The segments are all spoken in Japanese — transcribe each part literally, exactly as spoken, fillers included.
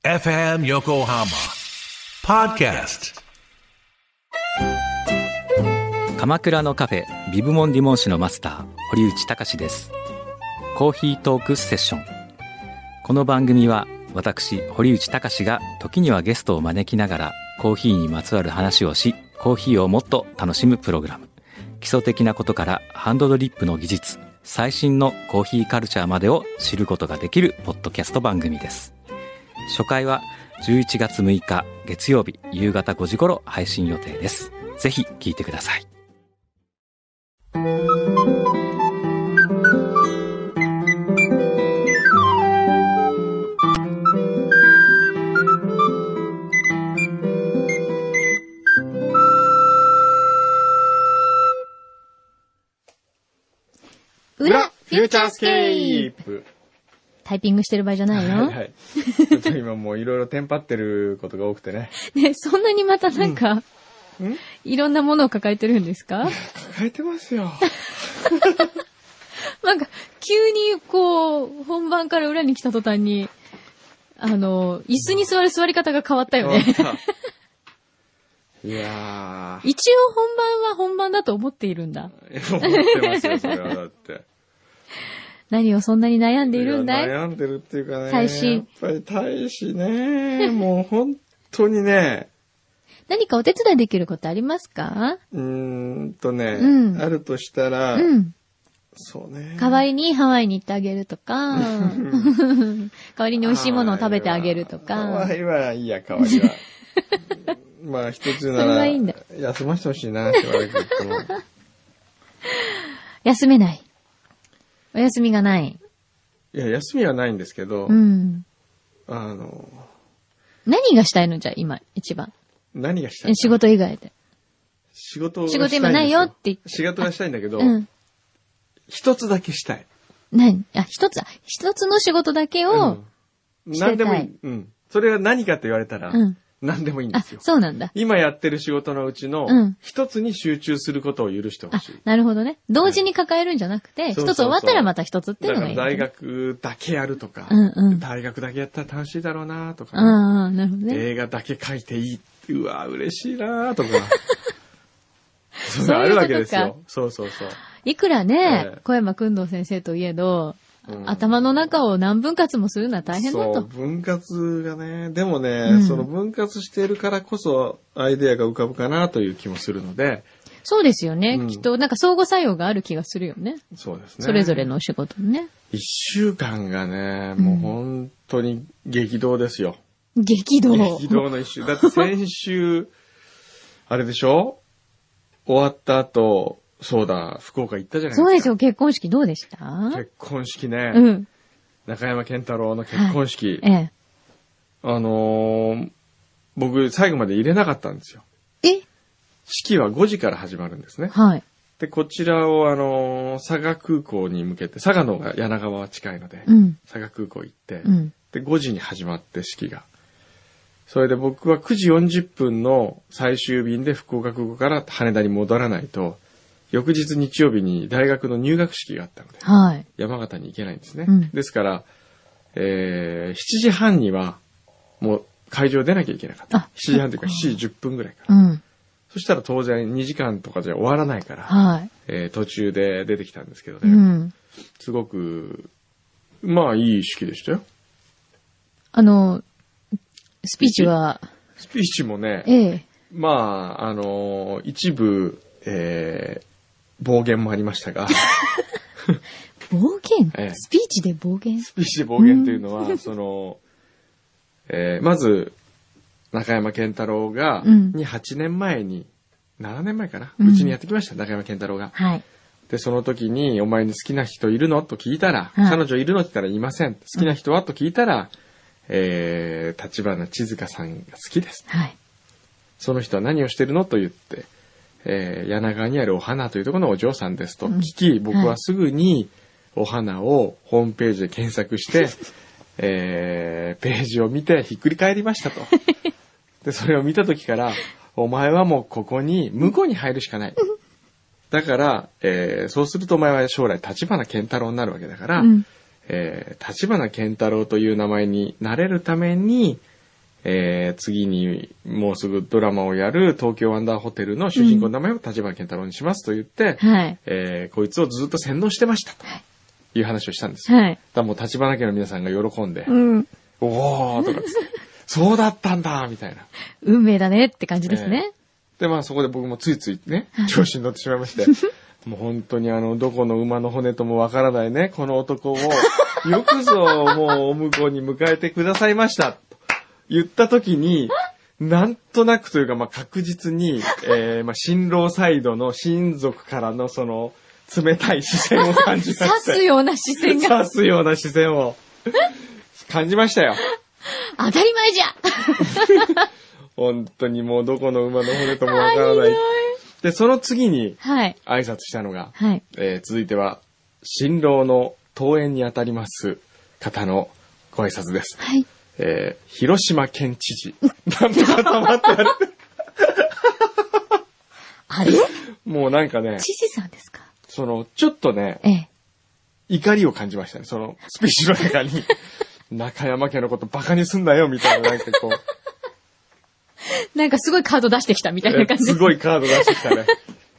エフエム 横浜ポッドキャスト。 鎌倉のカフェビブモンディモン市のマスター堀内隆です。コーヒートークセッション。この番組は私堀内隆が時にはゲストを招きながらコーヒーにまつわる話をし、コーヒーをもっと楽しむプログラム。基礎的なことからハンドドリップの技術、最新のコーヒーカルチャーまでを知ることができるポッドキャスト番組です。初回はじゅういちがつむいか月曜日夕方ごじ頃配信予定です。ぜひ聞いてください。 裏フューチャースケープ。 タイピングしてる場合じゃないよ。 はいはい。ちょっと今もういろいろテンパってることが多くてね。 ね、そんなにまたなんか、うん、いろんなものを抱えてるんですか？ 抱えてますよ。 なんか、急にこう、本番から裏に来た途端に、あの、椅子に座る座り方が変わったよね。 いやー。一応本番は本番だと思っているんだ。 思ってますよ、それはだって。 何をそんなに悩んでいるんだい？ 悩んでるっていうかね。 大使。 やっぱり大使ね。もう本当にね。 何かお手伝いできることありますか？ うーんとね、 うん、 あるとしたら、 うん、 そうね。 代わりにハワイに行ってあげるとか、代わりに美味しいものを食べてあげるとか。 代わりはいいや、代わりは。まあ一つなら、いい休ませてほしいなって言われるけど。 休めない。お休みがない。 いや、休みはないんですけど、 うん、 あの、 何がしたいのじゃあ今、一番。 何がしたいの？ 仕事以外で。 仕事がしたいんですよ。 仕事今ないよって言って。 仕事がしたいんだけど、 うん、 一つだけしたい。 何？あ、一つ、一つの仕事だけをしてたい。 うん、何でもいい。うん。それが何かと言われたら、うん何でもいいんですよ。 あ、そうなんだ。 今やってる仕事のうちの、一つに集中することを許してほしい、 うん。なるほどね。同時に抱えるんじゃなくて、一、はい、つ終わったらまた一つっていうのがいい、ね。 だから大学だけやるとか、 うんうん、 大学だけやったら楽しいだろうなとか、ね、 ああ、なるほどね。 映画だけ書いていい。うわ、嬉しいなとか。そういうのあるわけですよ。そうそうそう。 いくらね、えー、小山君堂先生といえど、うん、頭の中を何分割もするのは大変だと。 そう、分割がね。でもね、うん、その分割しているからこそアイデアが浮かぶかなという気もするので。 そうですよね。うん、きっとなんか相互作用がある気がするよね。 そうですね。 それぞれのお仕事にね。 一週間がね、もう本当に激動ですよ。 うん、激動。 激動の一週。だって先週、あれでしょ？終わった後、そうだ、福岡行ったじゃないですか。 そうですよ、結婚式どうでした？ 結婚式ね。 うん。 中山健太郎の結婚式。 はい、ええ。 あのー、僕最後まで入れなかったんですよ。 え？ 式はごじから始まるんですね。 はい。 で、こちらをあのー、佐賀空港に向けて、佐賀の方が柳川は近いので、 うん、 佐賀空港行って、 うん、 で、ごじに始まって式が。それで僕はくじよんじゅっぷんの最終便で福岡空港から羽田に戻らないと、翌日日曜日に大学の入学式があったので、 はい、 山形に行けないんですね。 うん、 ですから、えー、しちじはんにはもう会場出なきゃいけなかった。しちじはんというかしちじじゅっぷんぐらいから。 うん、 そしたら当然にじかんとかじゃ終わらないから、 はい、 えー、途中で出てきたんですけどね、 うん、 すごく、まあいい式でしたよ。 あの、スピーチはスピーチもね、 ええ、 まあ、あの、一部、えー、暴言もありましたが。 暴言、 ええ、 スピーチで暴言スピーチで暴言というのは、その、えー、まず、中山健太郎が、うん、にはちねんまえに、ななねんまえかな、うちにやってきました、中山健太郎が。 はい。 で、その時に、お前に好きな人いるのと聞いたら、はい、彼女いるのって言ったらいません。好きな人はと聞いたら、えー、立花千塚さんが好きです。 はい。 その人は何をしてるのと言って、えー、柳川にあるお花というところのお嬢さんですと聞き、うん、僕はすぐにお花をホームページで検索して、えー、ページを見てひっくり返りましたと。で、それを見た時から、お前はもうここに、向こうに入るしかない。だから、えー、そうするとお前は将来立花健太郎になるわけだから、うん、えー、立花健太郎という名前になれるために、 えー、次にもうすぐドラマをやる東京ワンダーホテルの主人公の名前を立花健太郎にしますと言って、 はい。 えー、こいつをずっと洗脳してましたという話をしたんですよ。 はい。 だからもう立花家の皆さんが喜んで、 うん。 おーとかつって、そうだったんだみたいな。 運命だねって感じですね。 えー、で、まあそこで僕もついついね、調子に乗ってしまいまして、もう本当にあの、どこの馬の骨ともわからないね、この男を、よくぞもうお向こうに迎えてくださいました、と言った時に、なんとなくというか、まあ確実に、えー、まあ新郎サイドの親族からのその、冷たい視線を感じました。 刺すような視線が。 刺すような視線を感じましたよ。 当たり前じゃ本当にもうどこの馬の骨ともわからない。で、その次に、 はい。 挨拶したのが、 はい。 えー、続いては、新郎の登園にあたります方のご挨拶です。 はい。 えー、広島県知事。なんとか溜まってある。 あれもうなんかね、 知事さんですか？ その、ちょっとね、 ええ。 怒りを感じましたね。その、スピーチの中に、中山家のことバカにすんなよ、みたいな、なんかこう。 なんかすごいカード出してきたみたいな感じ。 すごいカード出してきたね。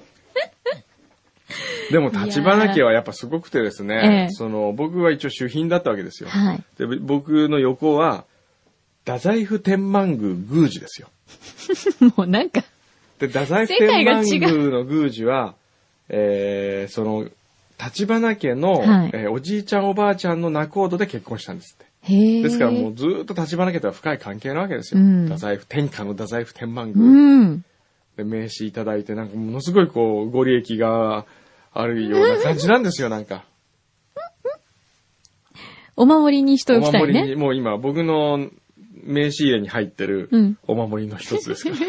でも、立花家はやっぱすごくてですね、 ええ、 その、僕は一応主賓だったわけですよ。 はい。 で、僕の横は、太宰府天満宮宮司ですよ。 もうなんか。 で、太宰府天満宮の宮司は、えー、その、立花家の、はい、えー、おじいちゃんおばあちゃんの仲人で結婚したんですって。 へですからもうずーっと立花家とは深い関係なわけですよ。うん、太宰府、天下の太宰府天満宮。 うん、 で、名刺いただいて、なんかものすごいこう、ご利益があるような感じなんですよ、なんか。 お守りにしておきたいね。 お守りに、もう今僕の名刺入れに入ってるお守りの一つですから。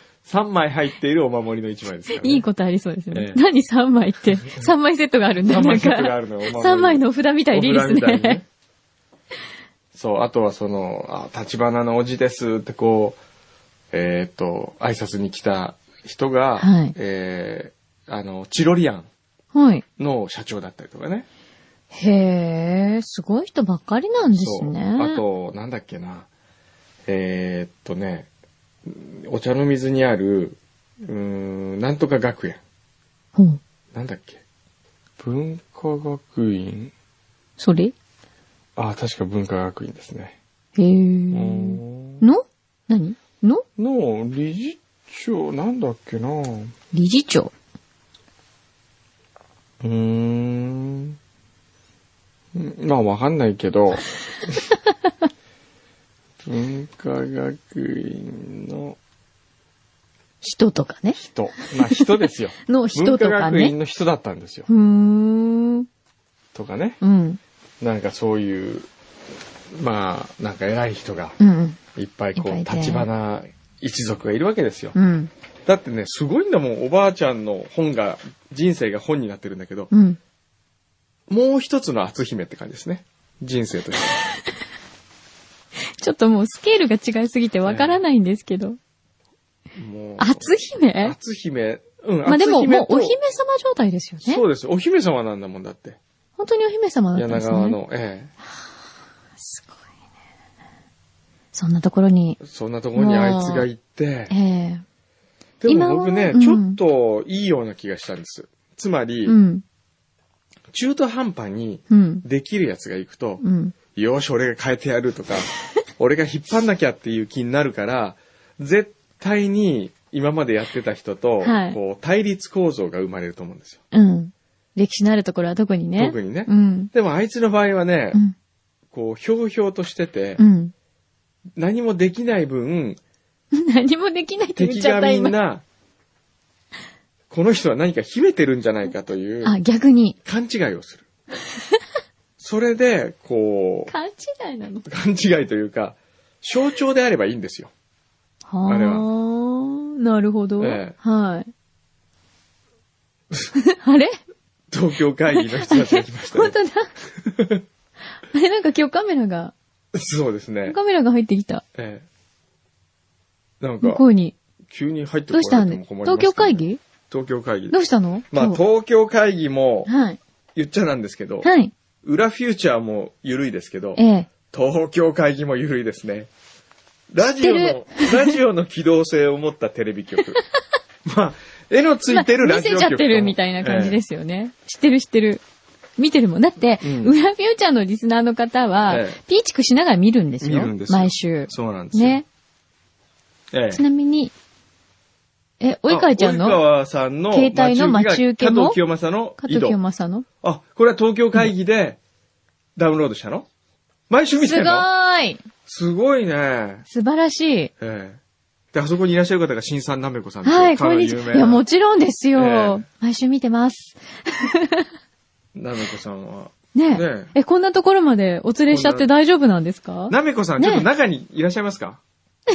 さんまい入っているお守りのいちまいですから、ね。 いいことありそうですね。ええ、何さんまいって。さんまいセットがあるんだよ。 さんまいセットがあるのよ。 さんまいのお札みたいでいいですね。ねそう、あとはその、あ、立花のおじですってこう、えっ、ー、と、挨拶に来た人が、はい、えー、あの、チロリアンの社長だったりとかね。 はい、へー、すごい人ばっかりなんですね。 あと、なんだっけな。えー、っとね、お茶の水にある、うーん、なんとか学園。 うん。 なんだっけ。文化学院。 それ？ ああ、確か文化学院ですね。 へー。の？何？の？ の、理事長、なんだっけな。 理事長。 うーん。まあ、わかんないけど。文化学院の人とかね。 人。まあ人ですよ。 の人とかね。 文化学院の人だったんですよ。 うーん。 とかね。 うん。 なんかそういう、まあ、なんか偉い人が、いっぱいこう、うん、立花一族がいるわけですよ。 うん。 だってね、すごいんだもん。おばあちゃんの本が、人生が本になってるんだけど、 うん、 もう一つの篤姫って感じですね。人生として。 ちょっともうスケールが違いすぎてわからないんですけど。 もう。 篤姫？ 篤姫。うん、 まあでも、もうお姫様状態ですよね。 そうです。お姫様なんだもんだって。 本当にお姫様だったんですね。 柳川の、ええ。 すごいね。そんなところに。 そんなところにあいつが行って。 ええ。 でも僕ね、うん、ちょっといいような気がしたんです。つまり、うん、中途半端にできるやつが行くと、うん、よし、俺が変えてやるとか、俺が引っ張んなきゃっていう気になるから、絶対に今までやってた人と、はい、こう対立構造が生まれると思うんですよ。 うん。歴史のあるところは特にね。 特にね。 うん、 でもあいつの場合はね、うん、こう、ひょうひょうとしてて、 うん、 何もできない分、 何もできないって言っちゃった今。 敵がみんな、この人は何か秘めてるんじゃないかという。 あ、逆に。 勘違いをする。それで、こう。 勘違いなの？ 勘違いというか、象徴であればいいんですよ。 はあ、あれは。なるほど。 ええ、 はい。あれ東京会議の人たちが来ましたね。 本当だ。あれなんか今日カメラが。 そうですね。 カメラが入ってきた。 ええ。なんか。 向こうに。 急に入ってこられても困ります、ね。 どうしたんで？東京会議？ 東京会議。 どうしたの？ まあ東京会議も、はい。言っちゃなんですけど、 はい。 裏フューチャーも緩いですけど、 ええ。 東京会議も緩いですね。 ラジオの、ラジオの機動性を持ったテレビ局。まあ、絵のついてるラジオ局、 まあ、見せちゃってるみたいな感じですよね。えー、知ってる知ってる。見てるもん。だって、うん、裏フューチャーのリスナーの方は、ええ、ピーチクしながら見るんですよ。見るんですよ。毎週。 そうなんですよ。 ね。ええ、ちなみに、え、及川ちゃんの及川さんの携帯の待ち受けも加藤清正の加藤清正のあ、これは東京会議でダウンロードしたの？毎週見てるの？ すごーい。 すごいね。 素晴らしい。ええ。で、あそこにいらっしゃる方が新さんなめこさんっていう。 はい、こんにちは。いや、もちろんですよ。ええ、毎週見てます。 なめこさんは。 ねえ。ねえ、こんなところまでお連れしちゃって大丈夫なんですか？ なめこさん、ちょっと中にいらっしゃいますか？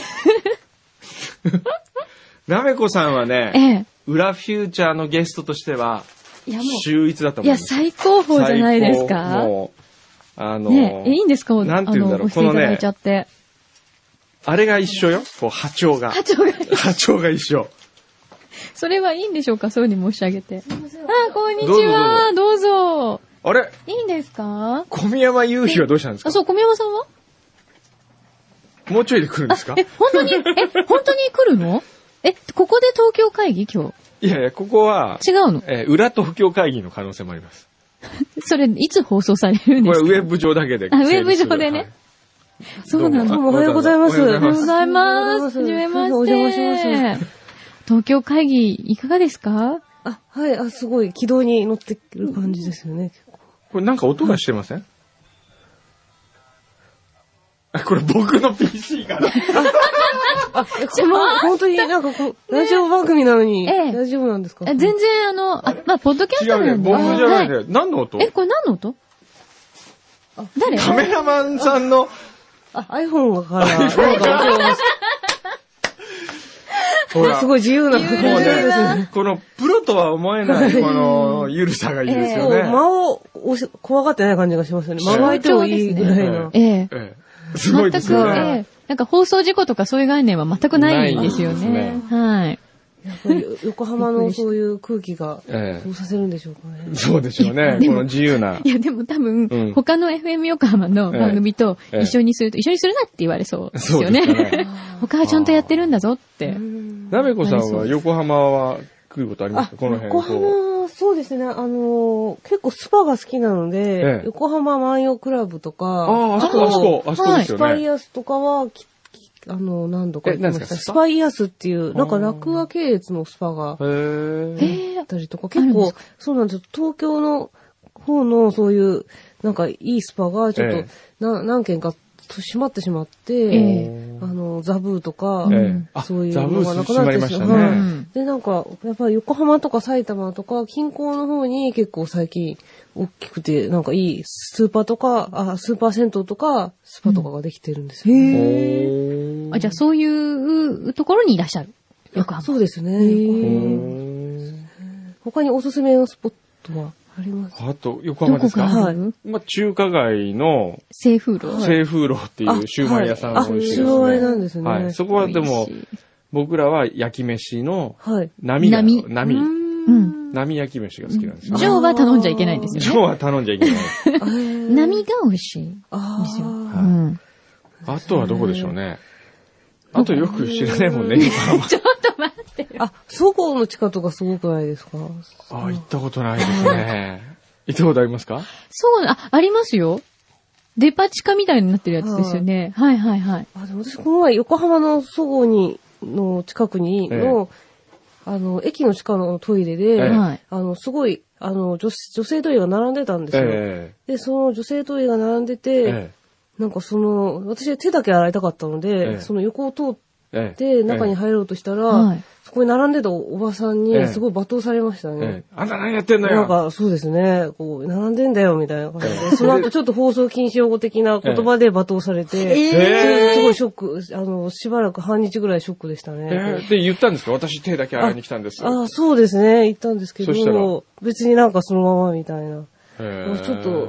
なめこさんはね、ええ、裏フューチャーのゲストとしては、秀逸だと思います。 いや、最高峰じゃないですか？もう、 あの、 ねえ、いいんですか？ なんて言うんだろう、このね、あれが一緒よ、こう波長が。 波長が一緒。 波長が一緒。 それはいいんでしょうか？そういうふうに申し上げて。あ、こんにちは。どうぞ。どうぞあれ？ いいんですか？ 小宮山雄飛はどうしたんですか？ あ、そう、小宮山さんはもうちょいで来るんですか？ え、本当に、え、本当に来るの？え、ここで東京会議今日？いやいや、ここは、 違うの？ えー、裏東京会議の可能性もあります。 それ、いつ放送されるんですか？ これ、ウェブ上だけで。 あ、ウェブ上でね。はい、そうなんだ。 おはようございます。 おはようございます。はじめまして。お邪魔します。東京会議、いかがですか？ あ、はい、あ、すごい、軌道に乗ってる感じですよね。 これなんか音がしてません？これ僕の ピーシー から。 あ、この、本当になんかこう、ラジオ番組なのに、大丈夫なんですか？ 全然あの、あ、まあ、ポッドキャストなんで。 違うね、僕じゃないで。何の音？ え、これ何の音？誰？ カメラマンさんの。 あ、iPhone から、なんか音が。ほら。すごい自由な。もうね、このプロとは思えない、この、ゆるさがいいですよね。 間を怖がってない感じがしますよね。間が空いてもいいぐらいの。 ええ。 すごいですね。 全く、ええ、なんか放送事故とかそういう概念は全くないんですよね。はい。 やっぱり横浜のそういう空気がそうさせるんでしょうかね。 そうでしょうね。この自由な。 いや、でも多分、他の エフエム 横浜の番組と一緒にすると、一緒にするなって言われそうですよね。他はちゃんとやってるんだぞって。 なめこさんは横浜は来ることありますか？この辺。 横浜、そうですね。あの、結構スパが好きなので、横浜万葉クラブとか、 ああ、あそこ、あそこ、あそこですよね。 スパイアスとかは、あの、何度か行きました。スパイアスっていう、なんか楽和系列のスパがあったりとか、結構、そうなんですよ。東京の方のそういう、なんかいいスパがちょっと、な何軒か閉まってしまって、あの、ザブーとか、そういうのがなくなってしまって、で、なんか、やっぱり横浜とか埼玉とか、近郊の方に結構最近、大きくて、なんかいいスーパーとか、あ、スーパー銭湯とか、スパとかができてるんですよ、ね。 へー。あ、じゃあそういうところにいらっしゃる。横浜。 そうですね。他におすすめのスポットはありますか？ あと、横浜ですか？はい。まあ、中華街の、 清風楼。 清風楼っていうシューマイ屋さんが美味しいですね。 シューマイなんですね。 はい。そこはでも、僕らは焼き飯の、波が、 波。 波。うん。波焼き飯が好きなんですよ。 ジョーは頼んじゃいけないんですよね。 ジョーは頼んじゃいけない。 波が美味しいんですよ。うん。 あとはどこでしょうね。あとよく知らないもんね、今。 ちょっと待って。 あ、そごうの地下とかすごくないですか？ あ、行ったことないですね。行ったことありますか？ そう、あ、ありますよ。デパ地下みたいになってるやつですよね。はいはいはい。 あ、でも私この前横浜のそごうに、の近くにの、あの、駅の地下のトイレで、あの、すごい、あの、女、女性トイレが並んでたんですよ。で、その女性トイレが並んでて、なんかその、私は手だけ洗いたかったので、その横を通って中に入ろうとしたら、そこに並んでたおばさんにすごい罵倒されましたね。 あんた何やってんのよ。 なんかそうですね、こう、並んでんだよみたいな感じで、その後ちょっと放送禁止用語的な言葉で罵倒されて、すごいショック、あの、しばらく半日ぐらいショックでしたね。 で、言ったんですか？私手だけ洗いに来たんです。 あ、そうですね、言ったんですけど、別になんかそのままみたいな。ちょっと、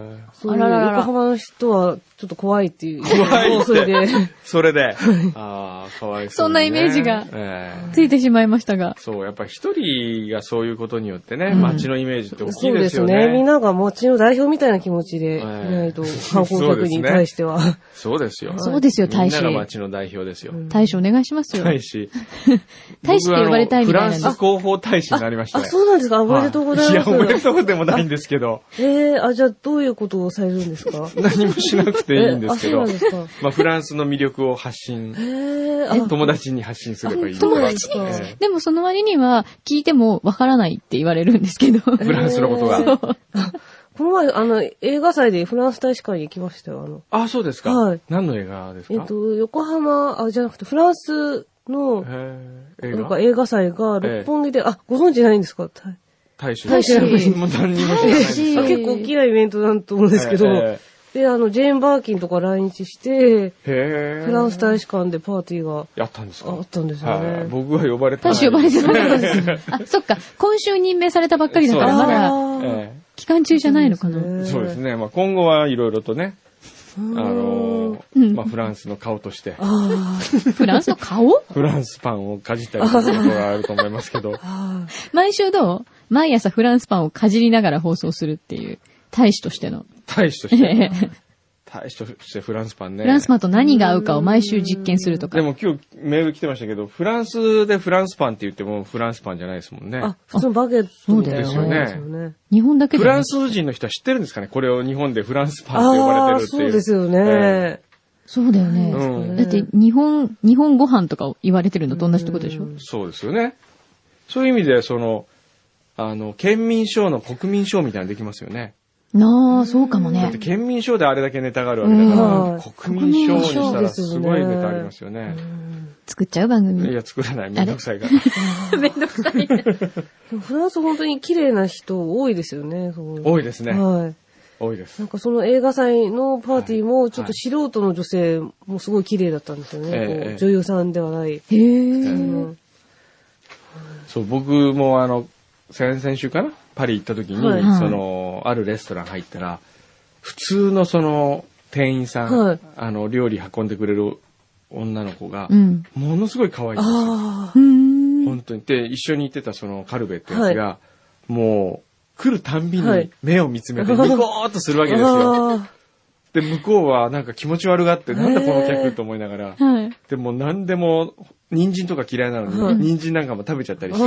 そういう横浜の人はちょっと怖いっていう。 怖いって。 それで。 それで。ああ、かわいそう、ね。 そんなイメージがついてしまいましたが。 えー、そう、やっぱり一人がそういうことによってね、うん、街のイメージって大きいですよね。そうですね。 みんなが街の代表みたいな気持ちでいないと、観光客に対しては。 そうですよ。 そうですよ、大使。 みんなが街の代表ですよ。 大使お願いしますよ。 大使。 大使って呼ばれたいみたいなんです。 フランス広報大使になりましたね。 あ、そうなんですか。おめでとうございます。 いや、おめでとうでもないんですけど。 ええ、あ、じゃあどういうことをされるんですか？ 何もしなくていいんですけど。 あ、そうなんですか。 まあ、フランスの魅力を発信。友達に発信すればいい。 友達に、えー、でもその割には聞いてもわからないって言われるんですけど。 フランスのことが。 この前、あの、映画祭でフランス大使館に行きましたよ。あの。 あ、そうですか。はい。何の映画ですか？ えっと、横浜、あ、じゃなくて、フランスの、なんか映画祭が六本木で、あ、ご存知ないんですか？ 大使。 大使。 もう何にも知らないです。 結構大きなイベントだと思うんですけど、で、あの、ジェーン・バーキンとか来日して、フランス大使館でパーティーが。 やったんですか？ あったんですよね。 僕は呼ばれた。 大使呼ばれてないです。あ、そっか。今週任命されたばっかりだから、まだ、期間中じゃないのかな。 そうですね。まあ今後はいろいろとね、あの、まあフランスの顔として。 フランスの顔？ フランスパンをかじったりすることがあると思いますけど。 毎週どう？毎朝フランスパンをかじりながら放送するっていう。大使としての。 大使として。大使としてフランスパンね。 フランスパンと何が合うかを毎週実験するとか。 でも今日メール来てましたけど、フランスでフランスパンって言ってもフランスパンじゃないですもんね。 あ、普通のバゲットですよね。 日本だけで。 フランス人の人は知ってるんですかね？これを日本でフランスパンって呼ばれてるっていう。 そうですよね。 そうだよね。だって日本、日本ご飯とか言われてるのと同じってことでしょ？ そうですよね。そういう意味で、その、あの、県民賞の国民賞みたいなのできますよね。 なあ、そうかもね。 だって県民賞であれだけネタがあるわけだから、国民賞にしたらすごいネタありますよね。 作っちゃう番組。 いや、作らない。めんどくさいから。めんどくさい。 フランス本当に綺麗な人多いですよね。 多いですね。 はい。 多いです。 なんかその映画祭のパーティーも、ちょっと素人の女性もすごい綺麗だったんですよね。女優さんではない。へぇそう、僕もあの、先々週かなパリ行った時に、はい、その、あるレストラン入ったら、普通のその、店員さん、はい、あの、料理運んでくれる女の子が、うん、ものすごい可愛いんですよ。本当に。で、一緒に行ってたその、カルベってやつが、はい、もう、来るたんびに目を見つめて、ニコーっとするわけですよ。で、向こうはなんか気持ち悪がって、なんだこの客と思いながら、はい、でも何でも、人参とか嫌いなのに、はい、人参なんかも食べちゃったりして、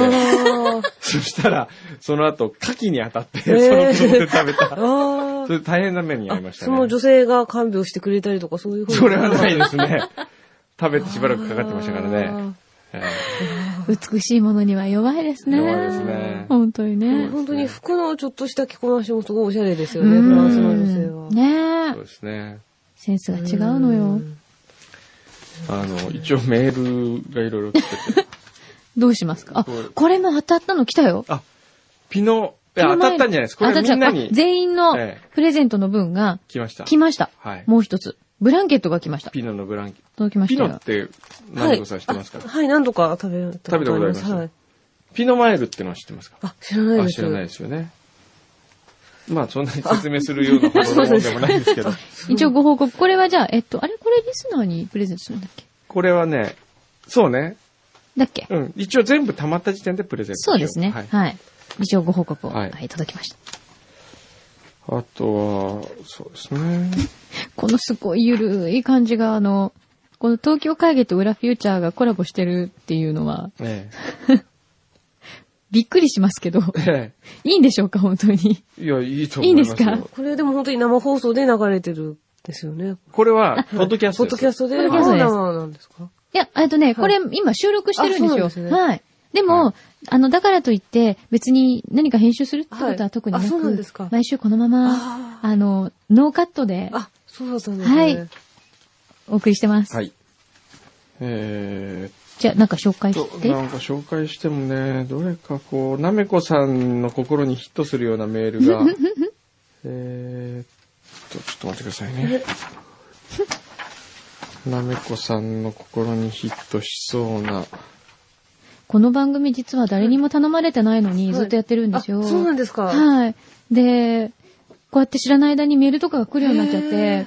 そしたら、その後、牡蠣に当たって、そのつもりで食べた。それ大変な目に遭いましたね。 その女性が看病してくれたりとか、そういうふうに。 それはないですね。食べてしばらくかかってましたからね。 美しいものには弱いですね。 弱いですね。 本当にね。 本当に服のちょっとした着こなしもすごいおしゃれですよね、フランスの女性は。 ねえ。 そうですね。 センスが違うのよ。 あの、一応メールがいろいろ来てて。 どうしますか？あ、これも当たったの来たよ。 あ、ピノ、いや当たったんじゃないですか。これみんなに。 全員のプレゼントの分が来ました。 来ました。はい。もう一つ。ブランケットが来ました。 ピノのブランケット。 届きましたよ。 ピノって何個さ知ってますか？ はい、何度か食べ食べたことあります。はい。ピノマイルってのは知ってますか？ あ、知らないです。 知らないですよね。まあ、そんなに説明するようなほどのもんでもないんですけど。 一応ご報告。これはじゃあ、えっと、あれこれリスナーにプレゼントするんだっけ？これはね、そうね。 だっけ？ うん。一応全部溜まった時点でプレゼントしよう。 そうですね。はい。はい、一応ご報告を、はい、はい、届きました。 あとは、そうですね。 このすごいゆるい感じが、あの、この東京会議と裏フューチャーがコラボしてるっていうのは、ええ、びっくりしますけど、ええ、いいんでしょうか、本当に。 いや、いいと思いますよ。 いいんですか？ これでも本当に生放送で流れてるんですよね。 これは、ポッドキャストです。 ポッドキャストで生なんですか？ いや、えっとね、これ今収録してるんですよ。すね、はい。でも、はい、あの、だからといって、別に何か編集するってことは特になく、はい、あ、そうなんですか。毎週このまま、あ, あの、ノーカットで、 あ、そうだったんですね。はい。 お送りしてます。 はい。えー、じゃあ、なんか紹介して。 なんか紹介してもね、どれかこう、なめこさんの心にヒットするようなメールが、えーっと、ちょっと待ってくださいね。なめこさんの心にヒットしそうな。 この番組実は誰にも頼まれてないのにずっとやってるんですよ。 はい、そうなんですか。 はい。で、 こうやって知らない間にメールとかが来るようになっちゃって、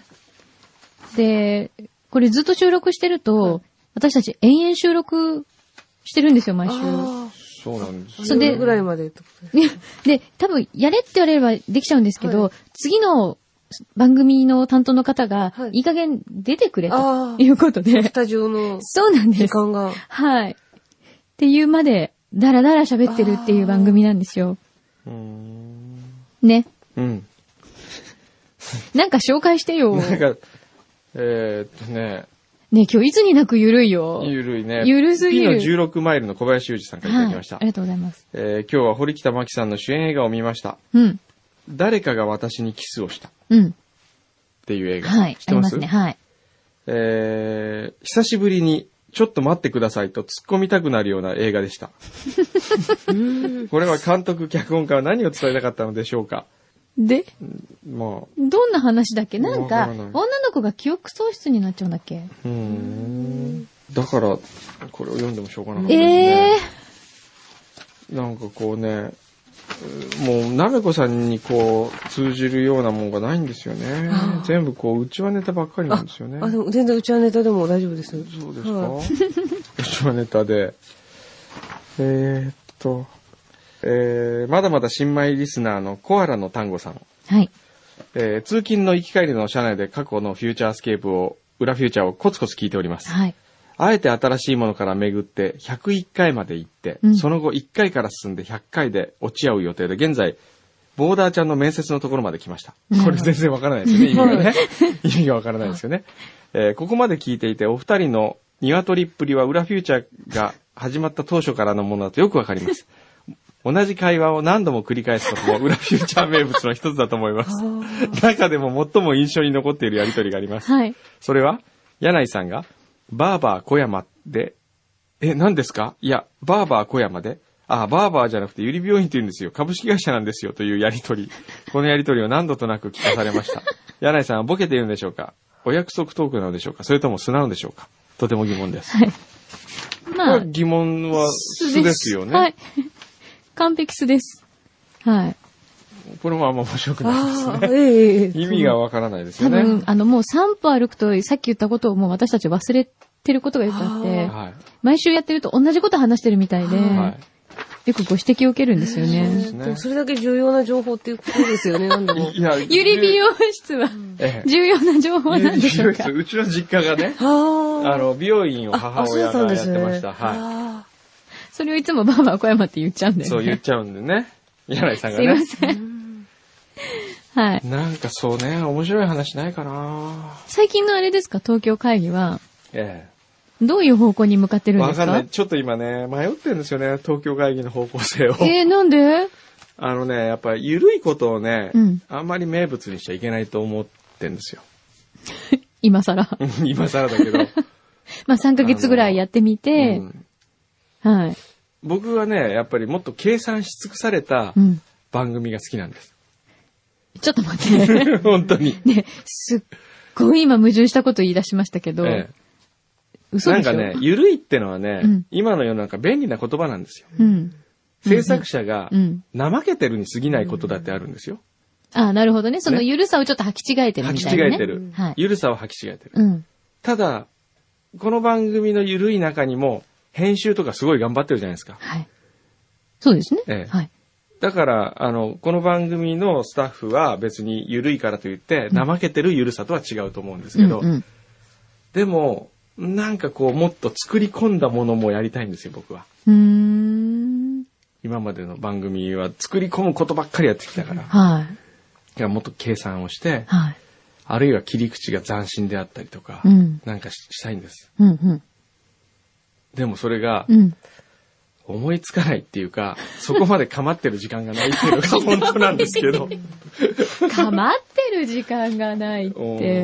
で、これずっと収録してると、はい、私たち延々収録してるんですよ、毎週。 そうなんです。 それで、ぐらいまで。 で、多分、やれって言われればできちゃうんですけど、はい、次の番組の担当の方が、はい、いい加減出てくれということで。 スタジオのそうなんです。 時間が。 はい。っていうまで、だらだら喋ってるっていう番組なんですよ。 うーんね。 うん。 なんか紹介してよ。 なんか、えー、っとね。 ね、今日いつになくゆるいよ。 ゆるいね。 ゆるすぎる。 ピのじゅうろくマイルの小林裕二さんからいただきました、 はい。ありがとうございます。 えー、今日は堀北真希さんの主演映画を見ました。 うん。 誰かが私にキスをした。 うん。 っていう映画。 はい。 知ってます？ ありますね。はい。 えー、久しぶりにちょっと待ってくださいと突っ込みたくなるような映画でした。これは監督、脚本家は何を伝えたかったのでしょうか。 で、 まあ、 どんな話だっけ？なんか、女の子が記憶喪失になっちゃうんだっけ？ うーん。だから、これを読んでもしょうがなかったですね。 えー、なんかこうね、もう、なめこさんにこう、通じるようなもんがないんですよね。全部こう、うちわネタばっかりなんですよね。 あ、あでも全然うちわネタでも大丈夫です。 そうですか、はい、うちわネタで。えー、っと、えー、まだまだ新米リスナーのコアラの単語さん。 はい。 えー、通勤の行き帰りの車内で過去のフューチャースケープを、裏フューチャーをコツコツ聞いております。 はい。 あえて新しいものから巡ってひゃくいっかいまで行って、うん、その後いっかいから進んでひゃっかいで落ち合う予定で、現在、ボーダーちゃんの面接のところまで来ました。これ全然わからないですよね、意味がね。意味がわからないですよね。えー、ここまで聞いていて、お二人の鶏っぷりは裏フューチャーが始まった当初からのものだとよくわかります。同じ会話を何度も繰り返すことも裏フューチャー名物の一つだと思います。中でも最も印象に残っているやりとりがあります。 はい。 それは、柳井さんが、バーバー小山で、え、何ですか？いや、バーバー小山で、あ、バーバーじゃなくてゆり病院って言うんですよ。株式会社なんですよ。というやりとり。このやりとりを何度となく聞かされました。柳井さんはボケているんでしょうか？お約束トークなのでしょうか？それとも素なのでしょうか？とても疑問です。 はい。まあ、 疑問は素ですよね。 はい。完璧素です。はい。 これもあんま面白くないですね。 ええ、 意味がわからないですよね。 多分、あの、もうさん歩歩くと、さっき言ったことをもう私たち忘れてることがよくあって、はい、毎週やってると同じこと話してるみたいで、はい、よくご指摘を受けるんですよね。 そうですね。それだけ重要な情報っていうことですよね、なんでも。 いや、 ゆり美容室は重要な情報なんでしょうか。 うちの実家がね、あの、美容院を母親がやってました。はい。 それをいつもバーバー小山って言っちゃうんだよね。 そう言っちゃうんでね。柳井さんがね。 すいません。はい。 なんかそうね、面白い話ないかな。 最近のあれですか、東京会議は。 ええ。どういう方向に向かってるんですか？ わかんない。ちょっと今ね、迷ってるんですよね、東京会議の方向性を。 えー、なんで？ あのね、やっぱり緩いことをね、 うん、 あんまり名物にしちゃいけないと思ってるんですよ。 今更。 今更だけど。 まあさんかげつぐらいやってみて、うん、はい。 僕はね、やっぱりもっと計算し尽くされた番組が好きなんです。 うん、ちょっと待って。 本当に。 ね、すっごい今矛盾したこと言い出しましたけど、ええ、嘘でしょ？ なんかね、緩いってのはね、うん、今の世の中便利な言葉なんですよ。 うん、 制作者が怠けてるに過ぎないことだってあるんですよ。 ああ、なるほどね。その緩さをちょっと履き違えてるみたいな、ね。 履き違えてる。 はい、 緩さを履き違えてる。 うん、 ただ、この番組の緩い中にも、編集とかすごい頑張ってるじゃないですか。 はい。そうですね。 ええ、 はい。 だから、あの、この番組のスタッフは別に緩いからといって、怠けてる緩さとは違うと思うんですけど、 うんうん、 でも、なんかこう、もっと作り込んだものもやりたいんですよ、僕は。 うーん。 今までの番組は作り込むことばっかりやってきたから。 はい。 いや、もっと計算をして、 はい。 あるいは切り口が斬新であったりとか、 うん、 なんか し, したいんです。 うんうん、 でもそれが、 うん、 思いつかないっていうか、そこまで構ってる時間がないっていうのが本当なんですけど。 構ってる時間がないって。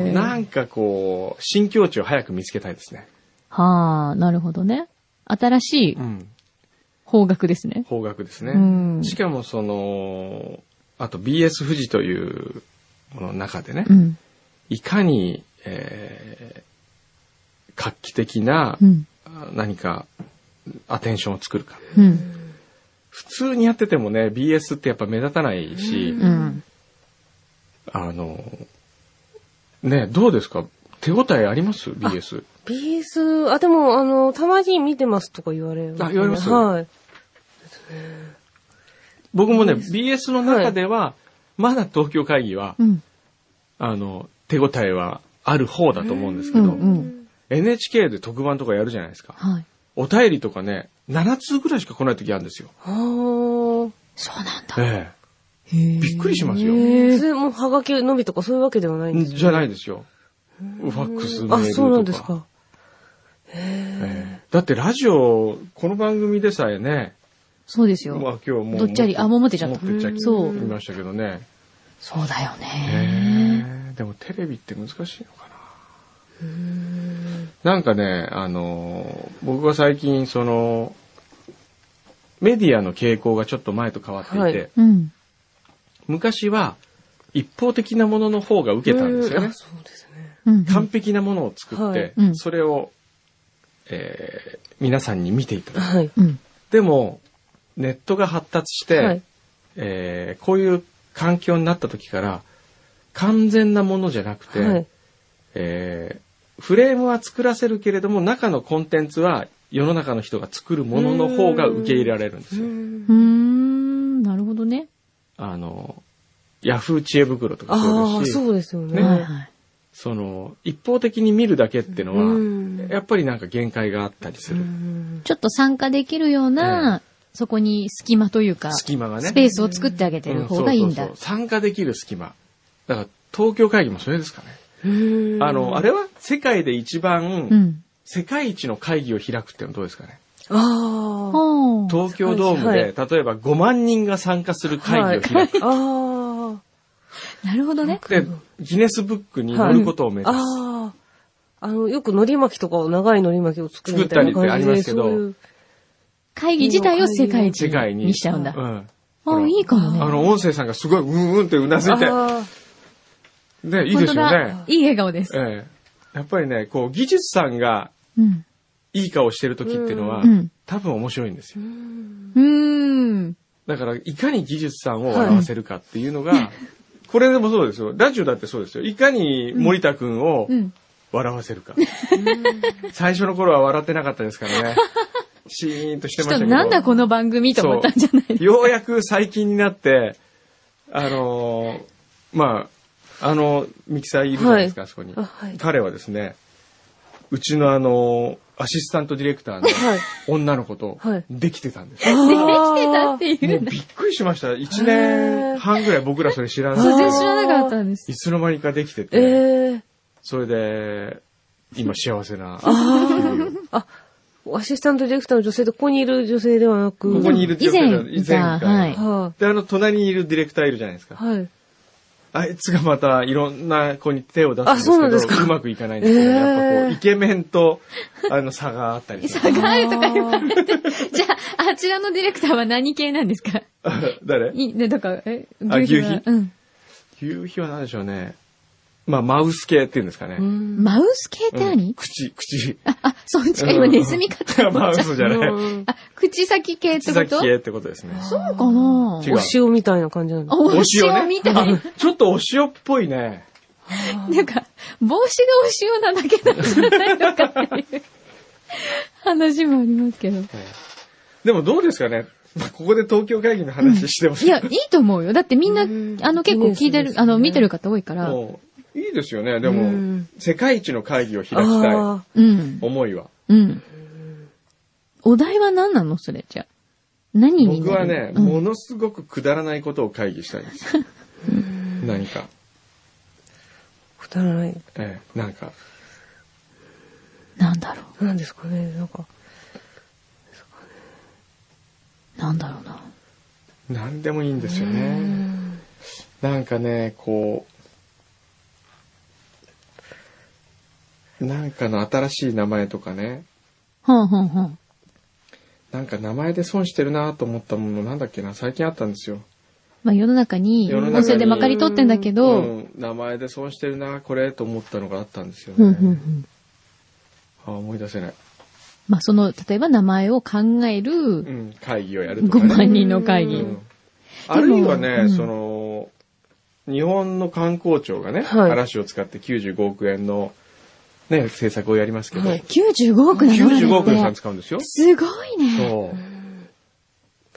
なんかこう、新境地を早く見つけたいですね。 はあ、なるほどね。新しい方角ですね。 方角ですね。 うん、 しかもその、あと ビーエス 富士というものの中でね、 うん、 いかに、えー、画期的な何かアテンションを作るか。 うん、 普通にやっててもね、ビーエス ってやっぱ目立たないし、 うん、 あの、ね、どうですか？手応えあります？ ビーエス。 ビーエス、あ、でも、あの、たまに見てますとか言われる、ね。 あ、言われます？ はい。 僕もね、ビーエス の中では、はい、まだ東京会議は、 うん、 あの、手応えはある方だと思うんですけど、うんうん、エヌエイチケー で特番とかやるじゃないですか。 はい、 お便りとかね、ななつうぐらいしか来ない時あるんですよ。 はー。 そうなんだ。 ええ。びっくりしますよ。 それもはがきのみとかそういうわけではないんですか？ じゃないですよ。ファックスメールとか。 あ、そうなんですか。へえー、だってラジオ、この番組でさえね。 そうですよ。 まあ今日もう。 どっちゃり、あ、もう持ってちゃった。 持ってっちゃいそう。 いましたけどね。 そうだよね。 でもテレビって難しいのかな。うーんなんかね、あの、僕は最近その、メディアの傾向がちょっと前と変わっていて、はいうん、昔は一方的なものの方が受けたんですよね。 そうですね。 完璧なものを作って、はい、それを、えー、皆さんに見ていただく、はい、でもネットが発達して、はいえー、こういう環境になった時から完全なものじゃなくて、はいえー、フレームは作らせるけれども中のコンテンツは世の中の人が作るものの方が受け入れられるんですよ。うーんなるほどね。 あのヤフー知恵袋とかそうですし、 あそうですよね。 ねはいその一方的に見るだけっていうのは、うん、やっぱりなんか限界があったりする。 ちょっと参加できるような、えー、そこに隙間というか、 隙間がね、 スペースを作ってあげてる方がいいんだ。うん、そうそうそう参加できる隙間。だから東京会議もそれですかね。あのあれは世界で一番、うん、世界一の会議を開くっていうのはどうですかね。 あ東京ドームで、はい、例えばごまんにんが参加する会議を開く。 はい、あなるほどね。 で、ギネスブックに載ることを目指す。はい、 ああ。あの、よく海苔巻きとかを、長い海苔巻きを作るみたいな感じで。作ったりってありますけど。うう会議自体を世界一にしちゃうんだ。うん。ああ、いいかもね。 あの、音声さんがすごい、うんうんってうなずいて。ね、いいですよね。 いい笑顔です。 ええ。やっぱりね、こう、技術さんが、いい顔してる時っていうのは、うん、多分面白いんですよ。 うん。 だから、いかに技術さんを笑わせるかっていうのが、はいこれでもそうですよ。ラジオだってそうですよ。いかに森田くんを笑わせるか。うん、最初の頃は笑ってなかったですからね。シーンとしてましたけど。 なんだこの番組と思ったんじゃないですか。 ようやく最近になって、あのー、まあ、あの、ミキサーいるじゃないですか、はい、あそこに、はい。彼はですね、うちのあのー、アシスタントディレクターの女の子とできてたんですよ。 はい、できてたっていう。 もうびっくりしました。いちねんはんぐらい僕らそれ知らない。 全然知らなかったんです。 いつの間にかできてて。 えー、 それで、今幸せな。 あ、アシスタントディレクターの女性でここにいる女性ではなく。 ここにいる以前、以前か。 はい。で、あの、隣にいるディレクターいるじゃないですか。 はい。 あいつがまたいろんな子に手を出すんですけど、 あ、そうなんですか。 うまくいかないんですけど、えー、やっぱこう、イケメンと、あの、差があったりする。差があるとか言われて。じゃあ、あちらのディレクターは何系なんですか誰い、ね、だから、え、 牛皮は、うん。牛皮は何でしょうね。まあ、マウス系っていうんですかね。 マウス系って何、 うん、口、口。 あ、あ、そっちか、今ネズミかって思っちゃう。 マウスじゃない。 あ、口先系ってこと口先系ってことですね。 そうかなお塩みたいな感じなんだ。 お塩みたいな。 ちょっとお塩っぽいね。 なんか、帽子がお塩なだけなんじゃないのかっていう話もありますけど。 でもどうですかね。ここで東京会議の話してます、 うん、いや、いいと思うよ。だってみんな、あの結構聞いてる、あの見てる方多いから。 いいですよね。でも、うん、世界一の会議を開きたい。うん、思いは。 うん。お題は何なのそれじゃ。何に僕はね、うん、ものすごくくだらないことを会議したいんですよ。何か。 くだらない。 ええ、なんか。 なんだろう。なんですかね。なんか。 なんだろうな。 なんでもいいんですよね。なんかね、こう。なんかの新しい名前とかね。 はんはんはん。 なんか名前で損してるなと思ったものなんだっけな、最近あったんですよ。 まあ世の中に、世の中にそれでまかり通ってんだけど、うん、 名前で損してるなこれと思ったのがあったんですよね。うんうんうん、あ思い出せない。 まあその、例えば名前を考える、うん、 会議をやるとかね。 ごまんにんの会議。うん、 あるいはね、うん、その、 日本の観光庁がね、はい、嵐を使ってきゅうじゅうごおくえんのね、政策をやりますけど。はい、 きゅうじゅうごおくなの？ きゅうじゅうごおくの予算使うんですよ。 すごいね。 そう。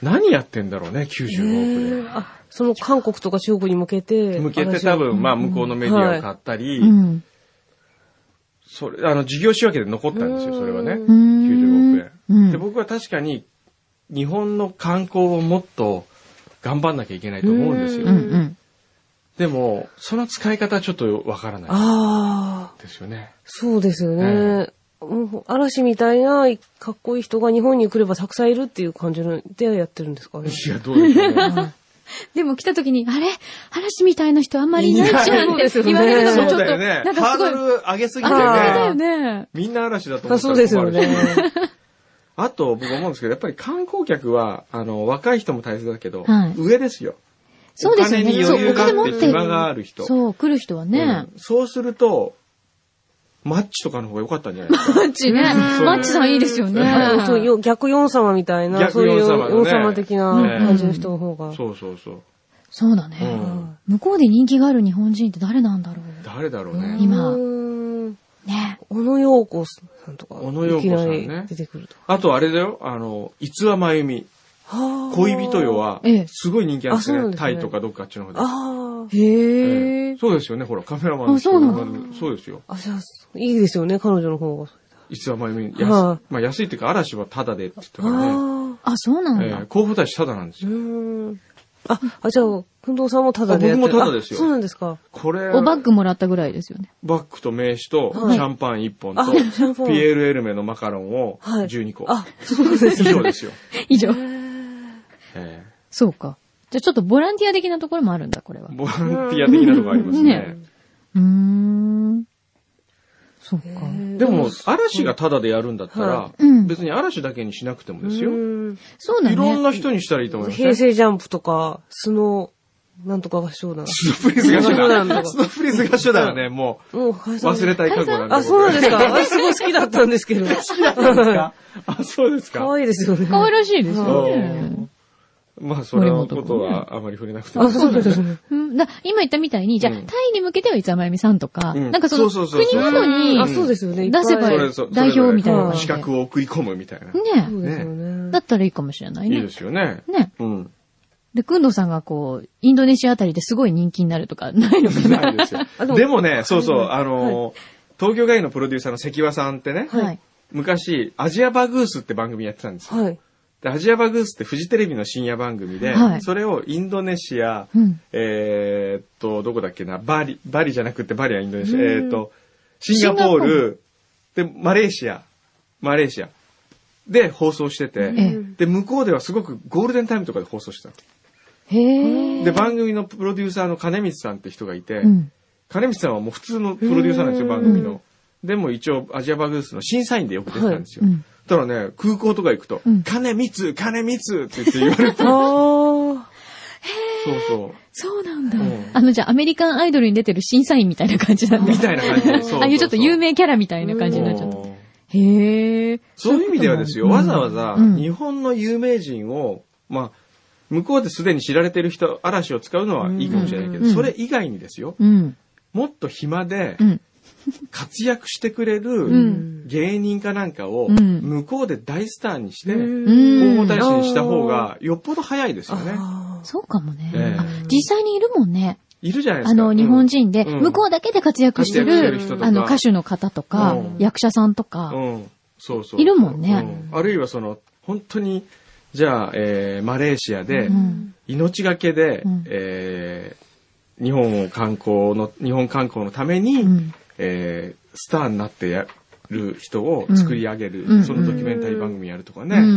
何やってんだろうね、きゅうじゅうごおくで。 あ、その韓国とか中国に向けて。 向けて多分、まあ向こうのメディアを買ったり、うんはい、それ、あの、事業仕分けで残ったんですよ、それはね。きゅうじゅうごおくえん、うん。で、僕は確かに、日本の観光をもっと頑張んなきゃいけないと思うんですよ。うんうん、でも、その使い方はちょっとわからないですよね。 そうですよね。うん、嵐みたいなかっこいい人が日本に来ればたくさんいるっていう感じでやってるんですかね。 いや、どうでしょうね。 でも来た時に、あれ嵐みたいな人あんまりいないじゃんって言われるのもちょっと、 ね、なんかすごい。ハードル上げすぎてね。 だよね。 みんな嵐だと思ってたら困るし。 そうですよね。 あと、僕思うんですけど、やっぱり観光客は、あの、若い人も大切だけど、はい、上ですよ。 そうですよね。 お金に余裕があって暇がある人。 そう、来る人はね、 うん。そうすると、マッチとかの方が良かったんじゃないですか。 マッチね。マッチさんいいですよね。 そう逆ヨン様みたいな、 逆ヨン様、ね、 そういうヨン様的な感じの人の方が。 ね、そうそうそう。 そうだね、うん。向こうで人気がある日本人って誰なんだろう。 誰だろうね。 今。ね。 小野洋子さんとか。 小野洋子さんね。 出てくると。 あとあれだよ、あの、逸話真由美。恋人よは、すごい人気あるんですね。ねタイとかどっかあっちの方で。 ああ。 へえ、 えー。そうですよね、ほら、カメラマンの人。 あ、そうなの？ そうですよ。 あ、じゃあ、いいですよね、彼女の方が。 逸話真由美。安い。まあ安いっていうか、嵐はタダでって言ったからね。 あ、そうなんだ。えー、広報大使タダなんですよ。 あ、あ、じゃあ、くんどうさんもタダでやってる。 僕もタダですよ。 そうなんですか。 これ。 おバッグもらったぐらいですよね。 バッグと名刺と、シャンパンいっぽんと、ピエール・エルメのマカロンをじゅうにこ。 あ、そうですね。以上ですよ。 以上。そうか。じゃあちょっとボランティア的なところもあるんだ、これは。 ボランティア的なところありますね。 うーん。そっか。 でも、嵐がタダでやるんだったら、別に嵐だけにしなくてもですよ。 そうだね。 いろんな人にしたらいいと思いますね。 平成ジャンプとか、スノー、なんとか合唱団。 スノープリンス合唱団。スノープリンス合唱団はね、もう、忘れたい覚悟なんで。 あ、そうなんですか。私すごい好きだったんですけど。好きだったんですか？あ、そうですか。 可愛いですよね。 可愛らしいですよね。 まあ、それのことはあまり触れなくても。 あ、そうですね。 今言ったみたいに、じゃあ、タイに向けては逸話真由美さんとか、なんかその、国ごとに、 あ、そうですよね。 出せば代表みたいな。 資格を送り込むみたいな。 ね。 そうですよね。 だったらいいかもしれないね。 いいですよね。 ね。うん。で、くんどうさんがこう、インドネシアあたりですごい人気になるとか、ないのかな？ ないですよ。でもね、そうそう、あの、東京ガイのプロデューサーの関和さんってね、昔、アジアバグースって番組やってたんですよ。はい。でアジアバグースってフジテレビの深夜番組で、はい、それをインドネシア、うん、えー、っと、どこだっけな、バリ、バリじゃなくてバリはインドネシア、えー、っと、シンガポール、で、マレーシア、マレーシアで放送してて、ええ、で、向こうではすごくゴールデンタイムとかで放送してたの。 へー。 で、番組のプロデューサーの金光さんって人がいて、うん、金光さんはもう普通のプロデューサーなんですよ、番組の。でも一応アジアバグースの審査員でよく出てたんですよ。はい、うんたらね、空港とか行くと、うん、金光、金光って言って言われて。あそうそう。 そうなんだ、うん。あの、じゃあアメリカンアイドルに出てる審査員みたいな感じなんだ。 みたいな感じで。そうそうそうああいうちょっと有名キャラみたいな感じになっちゃった。へえ。 そういう意味ではですよ、わざわざ日本の有名人を、まあ、向こうですでに知られてる人、嵐を使うのはいいかもしれないけど、うん、それ以外にですよ、うん、もっと暇で、うん活躍してくれる芸人かなんかを向こうで大スターにして広報大使にした方がよっぽど早いですよね。 そうかもね、えー、実際にいるもんね。 いるじゃないですか。 あの日本人で向こうだけで活躍してる、うん、あの歌手の方とか、うん、役者さんとか、うん、そうそういるもんね、 うん。あるいはその本当にじゃあ、えー、マレーシアで命がけで、うんえー、日本を観光の日本観光のために、うんえー、スターになってやる人を作り上げる、うん、そのドキュメンタリー番組やるとかね、うん、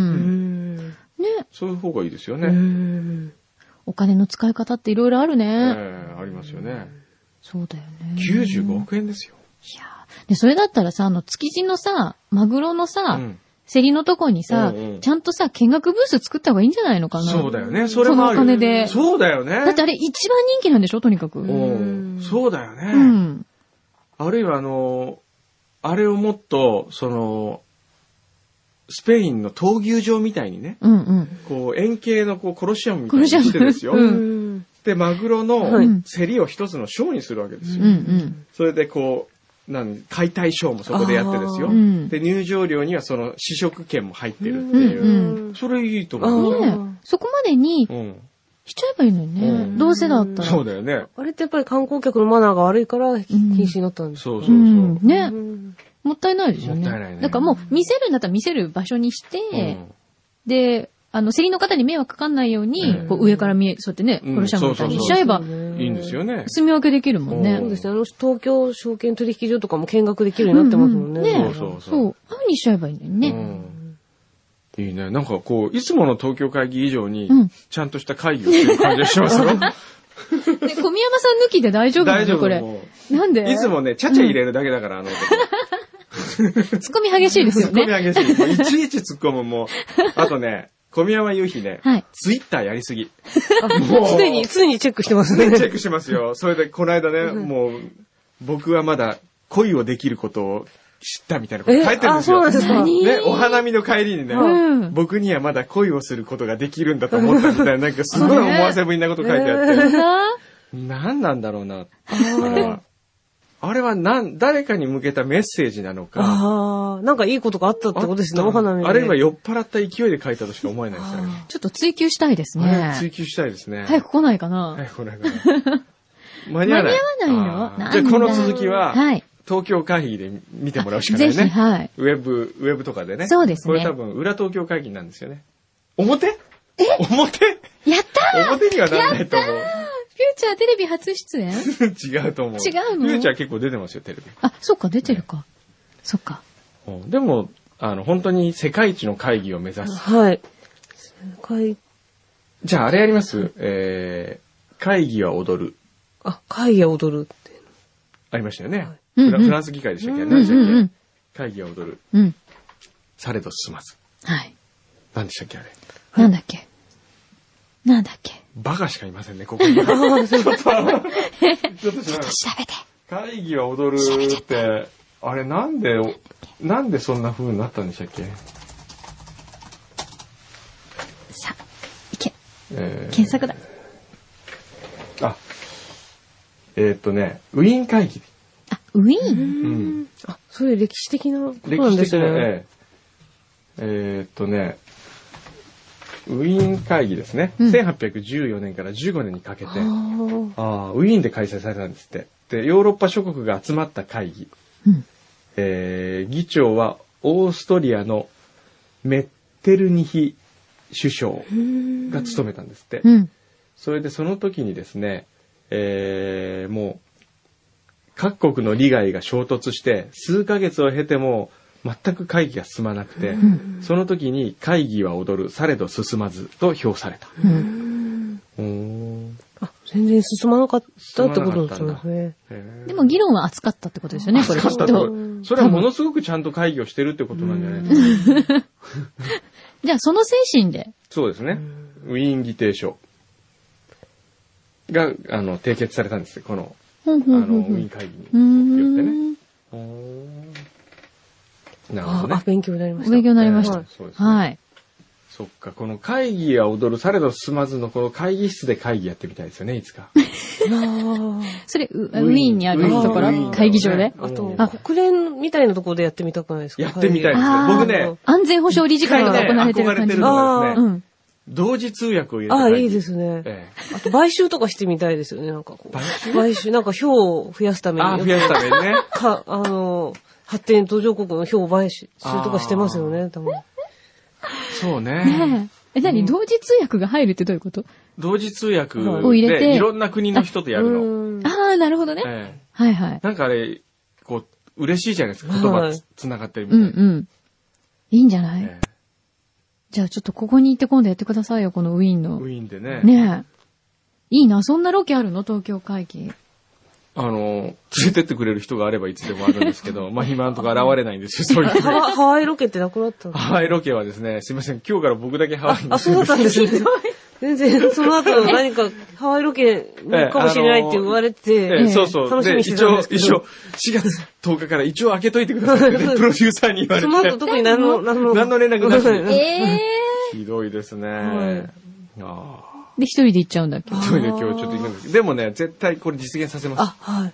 ねそういう方がいいですよね。うんお金の使い方っていろいろあるね、 えー、ありますよね。 そうだよね。 きゅうじゅうごおくえんですよ。 いやでそれだったらさあの築地のさマグロのさ、うん競りのとこにさ、うんうん、ちゃんとさ、見学ブース作った方がいいんじゃないのかな。 そうだよね。それもある。 そのお金で。 そうだよね。 だってあれ一番人気なんでしょとにかく。 うんそうだよね。うんあるいはあの、あれをもっと、その、スペインの闘牛場みたいにね、うんうん、こう円形のこうコロシアムみたいにしてですよ、うん、 で、マグロの競りを一つのショーにするわけですよ。 うんうん、 それでこう、なん解体ショーもそこでやってですよ。で、入場料にはその試食券も入ってるっていう。うんうん、それいいと思う。 ね、そこまでに、しちゃえばいいのにね。うん、どうせだったら。 そうだよね。 あれってやっぱり観光客のマナーが悪いから禁止になったんです、 うん、そうそうそう。うん、 ね、うん。もったいないですよね。 もったいないね。 だからもう見せるんだったら見せる場所にして、うん、で、あの、競りの方に迷惑かかんないように、うん、こう上から見え、そうやってね、コロシャムみたいにしちゃえば、 いいんですよね。 住み分けできるもんね。 そうですね。あの、東京証券取引所とかも見学できるようになってますもんね。うんうん、 ね、そうそうそう。ああにしちゃえばいいのにね。うんいいね。なんかこう、いつもの東京会議以上に、ちゃんとした会議をしてる感じがしますよ。 ね、小宮山さん抜きで大丈夫なのこれ。なんでいつもね、ちゃちゃ入れるだけだから、あの男。ツッコミ激しいですよね。 ツッコミ激しい。もういちいち突っ込むもう。あとね、小宮山雄飛ね、はい、ツイッターやりすぎ。 もう。常に、常にチェックしてますね。 チェックしてますよ。それで、この間ね、もう、僕はまだ恋をできることを、知ったみたいなこと書いてるんですよ。 あ、そうなんですか。 ね、お花見の帰りにね、うん、僕にはまだ恋をすることができるんだと思ったみたいな、なんかすごい思わせぶりなこと書いてあって。えー、何なんだろうな。あ, あれは何、誰かに向けたメッセージなのか。 ああ、なんかいいことがあったってことですね、お花見。 あるいは酔っ払った勢いで書いたとしか思えないですよね。 ちょっと追求したいですね。 追求したいですね。 早く来ないかな。 早く来ないかな。間に合わない。 間に合わないの？ じゃあこの続きは、 はい。 東京会議で見てもらうしかないね。 ぜひ、はい。 ウェブ、ウェブとかでね。 そうですね。 これ多分、裏東京会議なんですよね。表？え？表？ やったー！ 表にはならないと思う。 フューチャーテレビ初出演？ 違うと思う。 違うの？ フューチャー結構出てますよ、テレビ。 あ、そっか、出てるか。ね、そっか。 でも、あの、本当に世界一の会議を目指す。 はい。世界。 じゃあ、あれやります？えー、会議は踊る。 あ、会議は踊るって。 ありましたよね。はいうんうん、 フランス議会でしたっけ、うんうん、何でしたっけ、うんうん、会議は踊る、 うん。 されど進まず。 はい。 何でしたっけあれ。 なんだっけなんだっけバカしかいませんね、ここに。ちょっと、ちょっと調べて。 会議は踊るって、あれなんで、なんでそんな風になったんでしたっけさあ、いけ。えー、検索だ。 あ、えー、っとね、ウィーン会議。 あ、ウィーン、 うん、 あ、そういう歴史的なことなんですね。歴史的な、 えー、えー、っとね、ウィーン会議ですね、うん。せんはっぴゃくじゅうよねんからじゅうごねんにかけて、ああ、ウィーンで開催されたんですって。で、ヨーロッパ諸国が集まった会議。うん、えー、議長はオーストリアのメッテルニヒ首相が務めたんですって。うん、それでその時にですね、えー、もう、各国の利害が衝突して数ヶ月を経ても全く会議が進まなくて、うん、その時に会議は踊るされど進まずと評された。うん、 うんあ、全然進まなかったってことですね。 でも議論は熱かったってことですよね、これきっと。 それはものすごくちゃんと会議をしてるってことなんじゃないですか。 じゃあその精神で。 そうですね。ウィーン議定書があの締結されたんですよ、この。あの、ウィーン会議によってね。なるほどね。 あ、勉強になりました。 勉強になりました。 はい。そうですね。はい。そっか、この会議は踊るされど進まずのこの会議室で会議やってみたいですよね、いつか。 それウ、ウィーンにあるところ会議場であと、国連みたいなところでやってみたくないですか？ やってみたいですね。僕ね、 安全保障理事会が行われてる感じの。 同時通訳を入れて。 ああ、いいですね。ええ、あと、買収とかしてみたいですよね、なんかこう。買収買収、なんか票を増やすために。 ああ、増やすためにね。 か、あの、発展途上国の票を買収とかしてますよね、多分。 そうね。 ねえ。え、何、同時通訳が入るってどういうこと？ 同時通訳を入れて、いろんな国の人とやるの。 ああ、なるほどね。ええ、はいはい。 なんかあれ、こう、嬉しいじゃないですか、言葉つながってるみたいな。 うんうん。いいんじゃない？ええ、じゃあちょっとここに行って今度やってくださいよ、このウィーンの。 ウィーンでね。 ねえ。いいな、そんなロケあるの？東京会議。 あの、連れてってくれる人があればいつでもあるんですけど、まあ今のところ現れないんですよ、そういう。 ハワイロケってなくなったの？ ハワイロケはですね、すいません、今日から僕だけハワイに。 あ、そうだったんですね。全然、その後何かハワイロケかもしれないって言われて、 ええ、そうそう。 楽しみにしてたんですけど。 一応、しがつとおかから一応開けといてくださいって、プロデューサーに言われて。 その後特に何の、 何の、何の連絡なし。 えー、 ひどいですね。はい、あで、一人で行っちゃうんだっけ？ 一人で今日ちょっと行くんですけど。でもね、絶対これ実現させます。 あ、はい。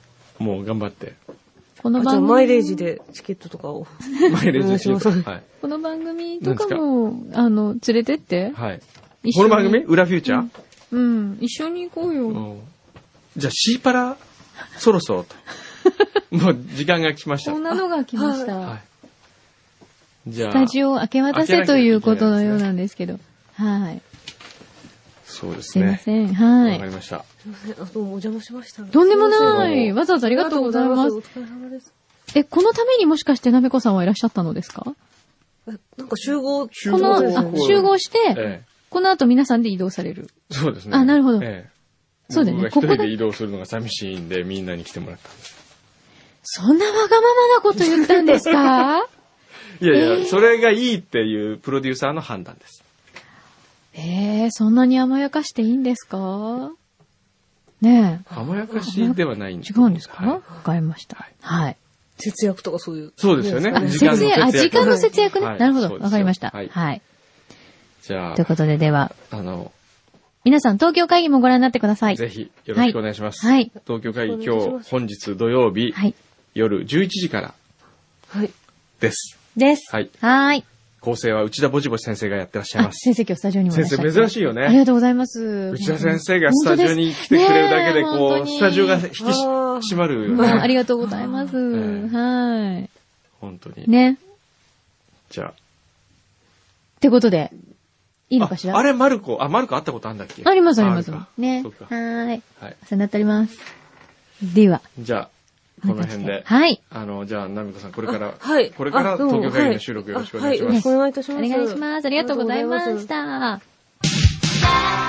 もう頑張って。 この番組。 マイレージでチケットとかを。 マイレージでチケット。はい。 この番組とかも、あの、連れてって。 はい。この番組裏フューチャー、 うん、うん。一緒に行こうよ。うん、 じゃあ、シーパラ、そろそろと。もう時間が来ました。 こんなのが来ました。はい。 じゃあ。 スタジオを明け渡せということのようなんですけど。はい。 そうですね。 すいません。はい。 わかりました。 すいません。あ、どうもお邪魔しました。 とんでもない。わざわざありがとうございます。お疲れ様です。え、このためにもしかしてなめこさんはいらっしゃったのですか？ なんか集合、 集合、この、あ、集合して、ええ、この後皆さんで移動される。 そうですね。 あ、なるほど。 ええ、 そうだよね。 僕が一人で移動するのが寂しいんで、みんなに来てもらったんです。 そんなわがままなこと言ったんですか？ いやいや、えー、それがいいっていうプロデューサーの判断です。 えー、そんなに甘やかしていいんですか？ねえ。 甘やかしではないんです。違うんですか？わかりました。はい。はい。 節約とかそういう。 そうですよね。 時間の節約。あ、時間の節約ね。はい、なるほど。わかりました。はい。はい。 じゃあ。 ということで、では。 あの、 皆さん、東京会議もご覧になってください。 ぜひ、よろしくお願いします。 はい。 東京会議、今日、本日土曜日、はい、夜じゅういちじから、 はい。 です。 です。 はい。 はい。 構成は内田ぼちぼち先生がやってらっしゃいます。 先生今日スタジオにもいらっしゃって。 先生珍しいよね。 ありがとうございます。 内田先生がスタジオに来てくれるだけで、こう、スタジオが引き締まるよね。 ありがとうございます。はい。 本当に。 ね。じゃあ。 ってことで、いいのかしら？ あれ、マルコ、あ、マルコ会ったことあるんだっけ？ あります、あります。ね。はい。はい。お世話になっております。では。 じゃあ、この辺で。 はい。 あの、じゃあ、ナミコさん、これから、 はい。 これから東京会議の収録よろしくお願いします。 はい、よろしくお願いいたします。 お願いします。ありがとうございました。